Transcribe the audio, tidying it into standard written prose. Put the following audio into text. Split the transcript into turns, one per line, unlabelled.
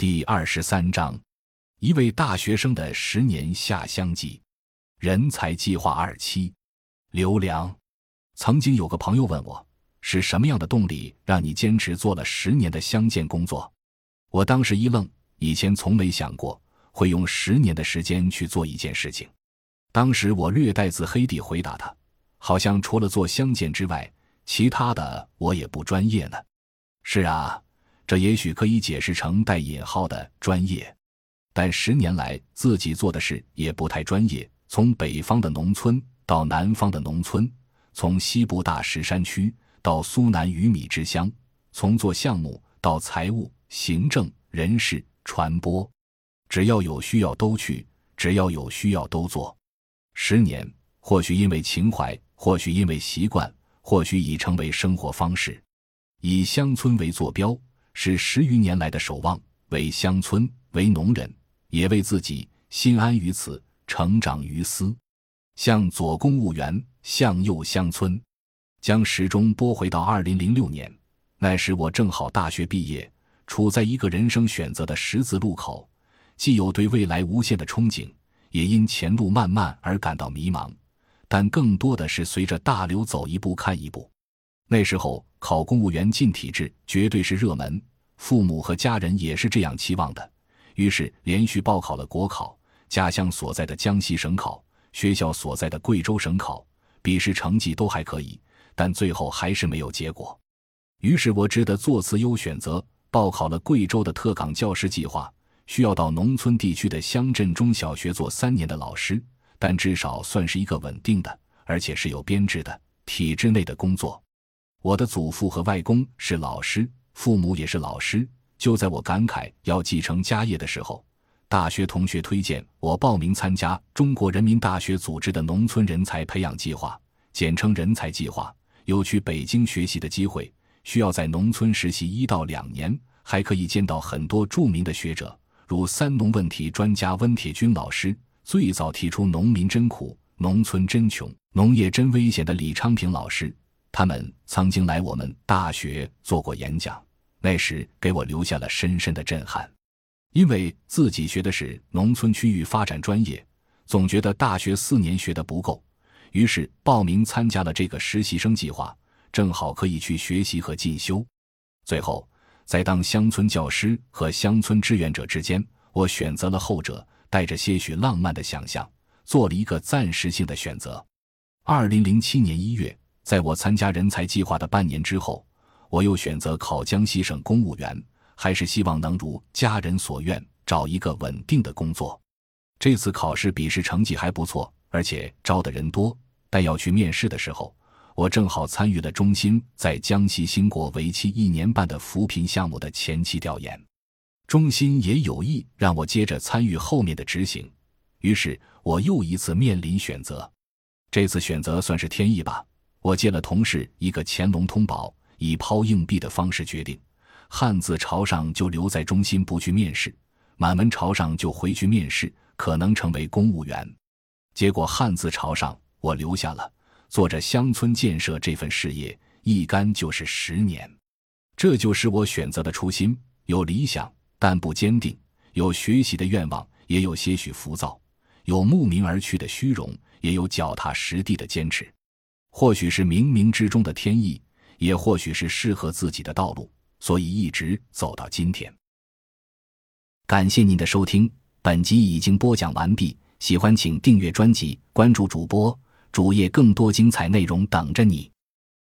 第23章，一位大学生的10年下乡记。人才计划27。刘良。曾经有个朋友问我，是什么样的动力让你坚持做了10年的乡建工作？我当时一愣，以前从没想过会用10年的时间去做一件事情。当时我略带自黑地回答他，好像除了做乡建之外，其他的我也不专业呢。是啊，这也许可以解释成带引号的专业，但10年来自己做的事也不太专业，从北方的农村到南方的农村，从西部大石山区到苏南鱼米之乡，从做项目到财务、行政、人事、传播，只要有需要都去，只要有需要都做。10年，或许因为情怀，或许因为习惯，或许已成为生活方式。以乡村为坐标，是10余年来的守望，为乡村，为农人，也为自己，心安于此，成长于斯。向左公务员，向右乡村。将时钟拨回到2006年，那时我正好大学毕业，处在一个人生选择的十字路口，既有对未来无限的憧憬，也因前路漫漫而感到迷茫，但更多的是随着大流走一步看一步。那时候考公务员进体制绝对是热门，父母和家人也是这样期望的，于是连续报考了国考、家乡所在的江西省考、学校所在的贵州省考，笔试成绩都还可以，但最后还是没有结果。于是我只得做次优选择，报考了贵州的特岗教师计划，需要到农村地区的乡镇中小学做3年的老师，但至少算是一个稳定的，而且是有编制的体制内的工作。我的祖父和外公是老师，父母也是老师，就在我感慨要继承家业的时候，大学同学推荐我报名参加中国人民大学组织的农村人才培养计划，简称人才计划，有去北京学习的机会，需要在农村实习1到2年，还可以见到很多著名的学者，如3农问题专家温铁军老师，最早提出农民真苦、农村真穷、农业真危险的李昌平老师，他们曾经来我们大学做过演讲，那时给我留下了深深的震撼。因为自己学的是农村区域发展专业，总觉得大学4年学得不够，于是报名参加了这个实习生计划，正好可以去学习和进修。最后在当乡村教师和乡村志愿者之间，我选择了后者，带着些许浪漫的想象，做了一个暂时性的选择。2007年1月，在我参加人才计划的半年之后，我又选择考江西省公务员，还是希望能如家人所愿，找一个稳定的工作。这次考试笔试成绩还不错，而且招的人多，但要去面试的时候，我正好参与了中心在江西兴国为期1年半的扶贫项目的前期调研。中心也有意让我接着参与后面的执行，于是我又一次面临选择。这次选择算是天意吧，我借了同事一个乾隆通宝，以抛硬币的方式决定，汉字朝上就留在中心不去面试，满文朝上就回去面试，可能成为公务员。结果汉字朝上，我留下了，做着乡村建设这份事业，一干就是10年。这就是我选择的初心，有理想但不坚定，有学习的愿望，也有些许浮躁，有慕名而去的虚荣，也有脚踏实地的坚持。或许是冥冥之中的天意，也或许是适合自己的道路，所以一直走到今天。感谢您的收听，本集已经播讲完毕，喜欢请订阅专辑，关注主播，主页更多精彩内容等着你。